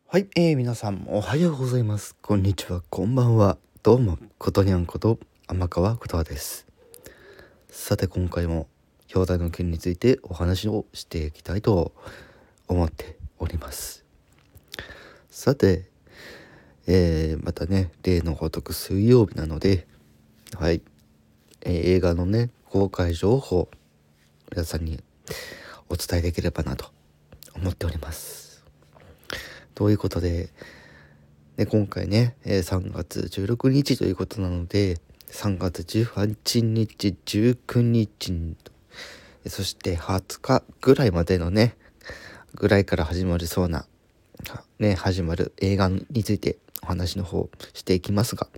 はい、皆さんおはようございます。こんにちは、こんばんは。どうも、ことにゃんこと天川ことはです。さて、今回も兄弟の件についてお話をしていきたいと思っております。さて、またね、例のごとく水曜日なので、はい、映画のね、公開情報、皆さんにお伝えできればなと思っております。ということで、今回ね、3月16日ということなので、3月18日、19日、そして20日ぐらいまでのね、ぐらいから始まりそうな、始まる映画についてお話の方していきますが、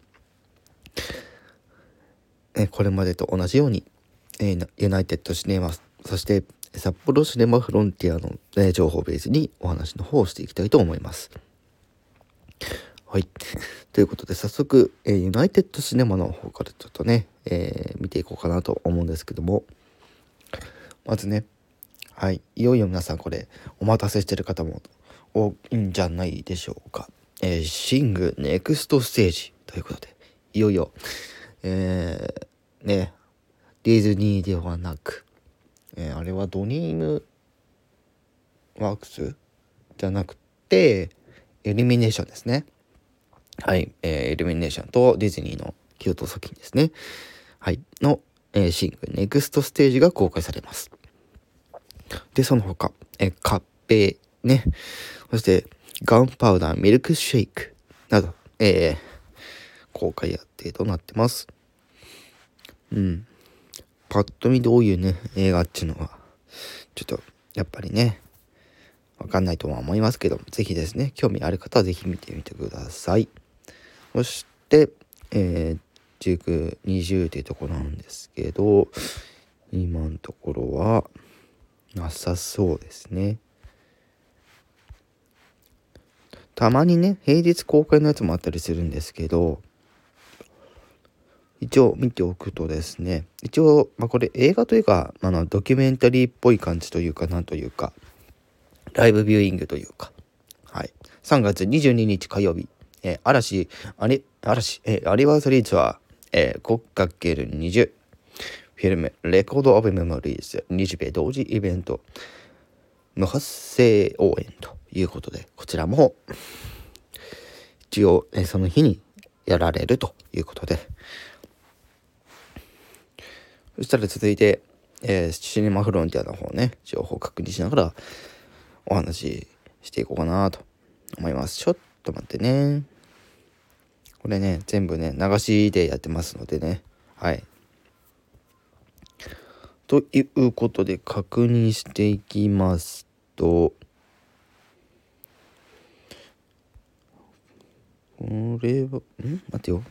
これまでと同じように、ユナイテッドシネマ、そして札幌シネマフロンティアの、情報ベースにお話の方をしていきたいと思います。はい。ということで、早速、ユナイテッドシネマの方からちょっとね、見ていこうかなと思うんですけども、まずね、はい。いよいよ皆さんこれ、お待たせしてる方も多いんじゃないでしょうか。シングネクストステージということで、いよいよ、ディズニーではなく、あれはドリームワークスじゃなくて、イルミネーションですね。はい、イルミネーションとディズニーの共同作品ですね。はい、の、シングネクストステージが公開されます。で、その他、カッペね、そしてガンパウダーミルクシェイクなど、公開予定となってます。パッと見どういうね、映画っていうのは、ちょっと、やっぱりね、わかんないとは思いますけど、ぜひですね、興味ある方はぜひ見てみてください。そして、19、20というところなんですけど、今のところはなさそうですね。たまにね、平日公開のやつもあったりするんですけど、一応見ておくとですね、一応、これ映画というか、ドキュメンタリーっぽい感じというか、なんというか、ライブビューイングというか、はい。3月22日火曜日、嵐、アニバーサリーツアー、国家系20、フィルム、レコードオブメモリーズ、日米同時イベント、無発声応援ということで、こちらも、一応、その日にやられるということで、そしたら続いて、シネマフロンティアの方ね、情報を確認しながらお話ししていこうかなと思います。ちょっと待ってね。これね、全部ね、流しでやってますのでね。はい。ということで確認していきますと、これは、待てよ。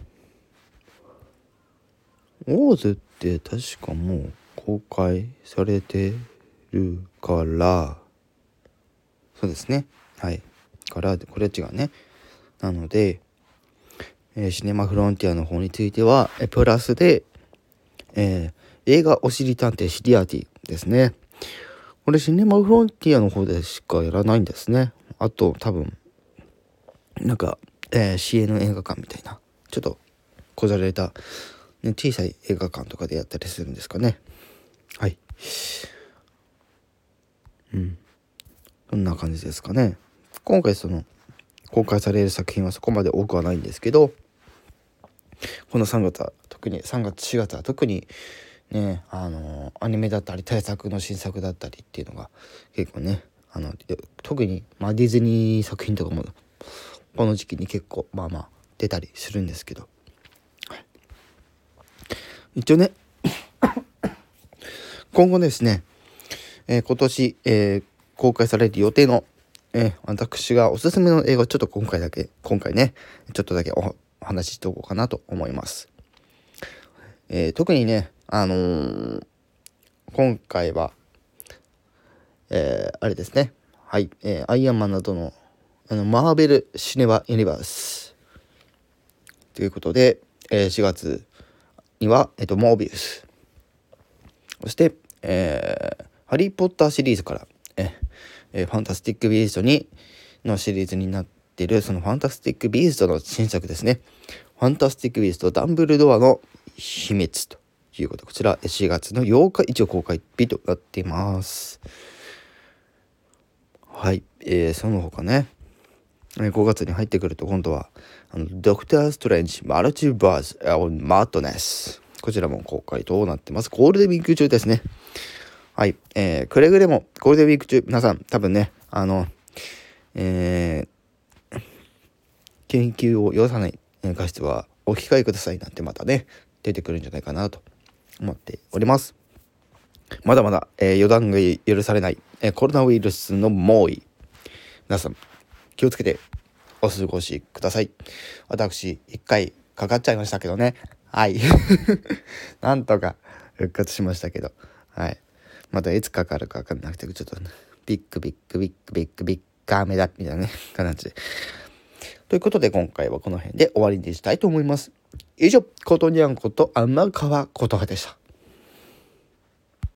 オーズって確かもう公開されてるから、そうですね。はい。から、これは違うね。なので、シネマフロンティアの方については、プラスで、映画おしり探偵シリアティですね。これシネマフロンティアの方でしかやらないんですね。あと多分、CN 映画館みたいな、ちょっとこじゃれた、ね、小さい映画館とかでやったりするんですかね。はい。そんな感じですかね。今回公開される作品はそこまで多くはないんですけど、この3月は特に3月4月は特にね、アニメだったり大作の新作だったりっていうのが結構ね、特に、ディズニー作品とかもこの時期に結構出たりするんですけど、一応ね今後ですね、今年、公開される予定の、私がおすすめの映画をちょっと今回ねちょっとだけお話ししておこうかなと思います。特にね今回はあれですね、はい、アイアンマンなどのマーベルシネマユニバースということで、4月にはモービウス、そして、ハリーポッターシリーズから、ファンタスティックビーストのシリーズになっっているそのファンタスティック・ビーストの新作ですね。ファンタスティック・ビーストダンブルドアの秘密ということで、こちら4月の8日一応公開日となっています。はい、その他ね、5月に入ってくると今度はドクター・ストレンジ・マルチバーズ・マッドネス、こちらも公開となってます。ゴールデンウィーク中ですね。はい、くれぐれもゴールデンウィーク中皆さん多分ね研究を要さない画質はお控えくださいなんてまたね出てくるんじゃないかなと思っております。まだまだ、予断が許されない、コロナウイルスの猛威、皆さん気をつけてお過ごしください。私1回かかっちゃいましたけどね、はいなんとか復活しましたけど、はい、またいつかかるか分かんなくてちょっとビッグカメだみたいなね形で、ということで今回はこの辺で終わりにしたいと思います。以上、ことにゃんこと天川琴葉でした。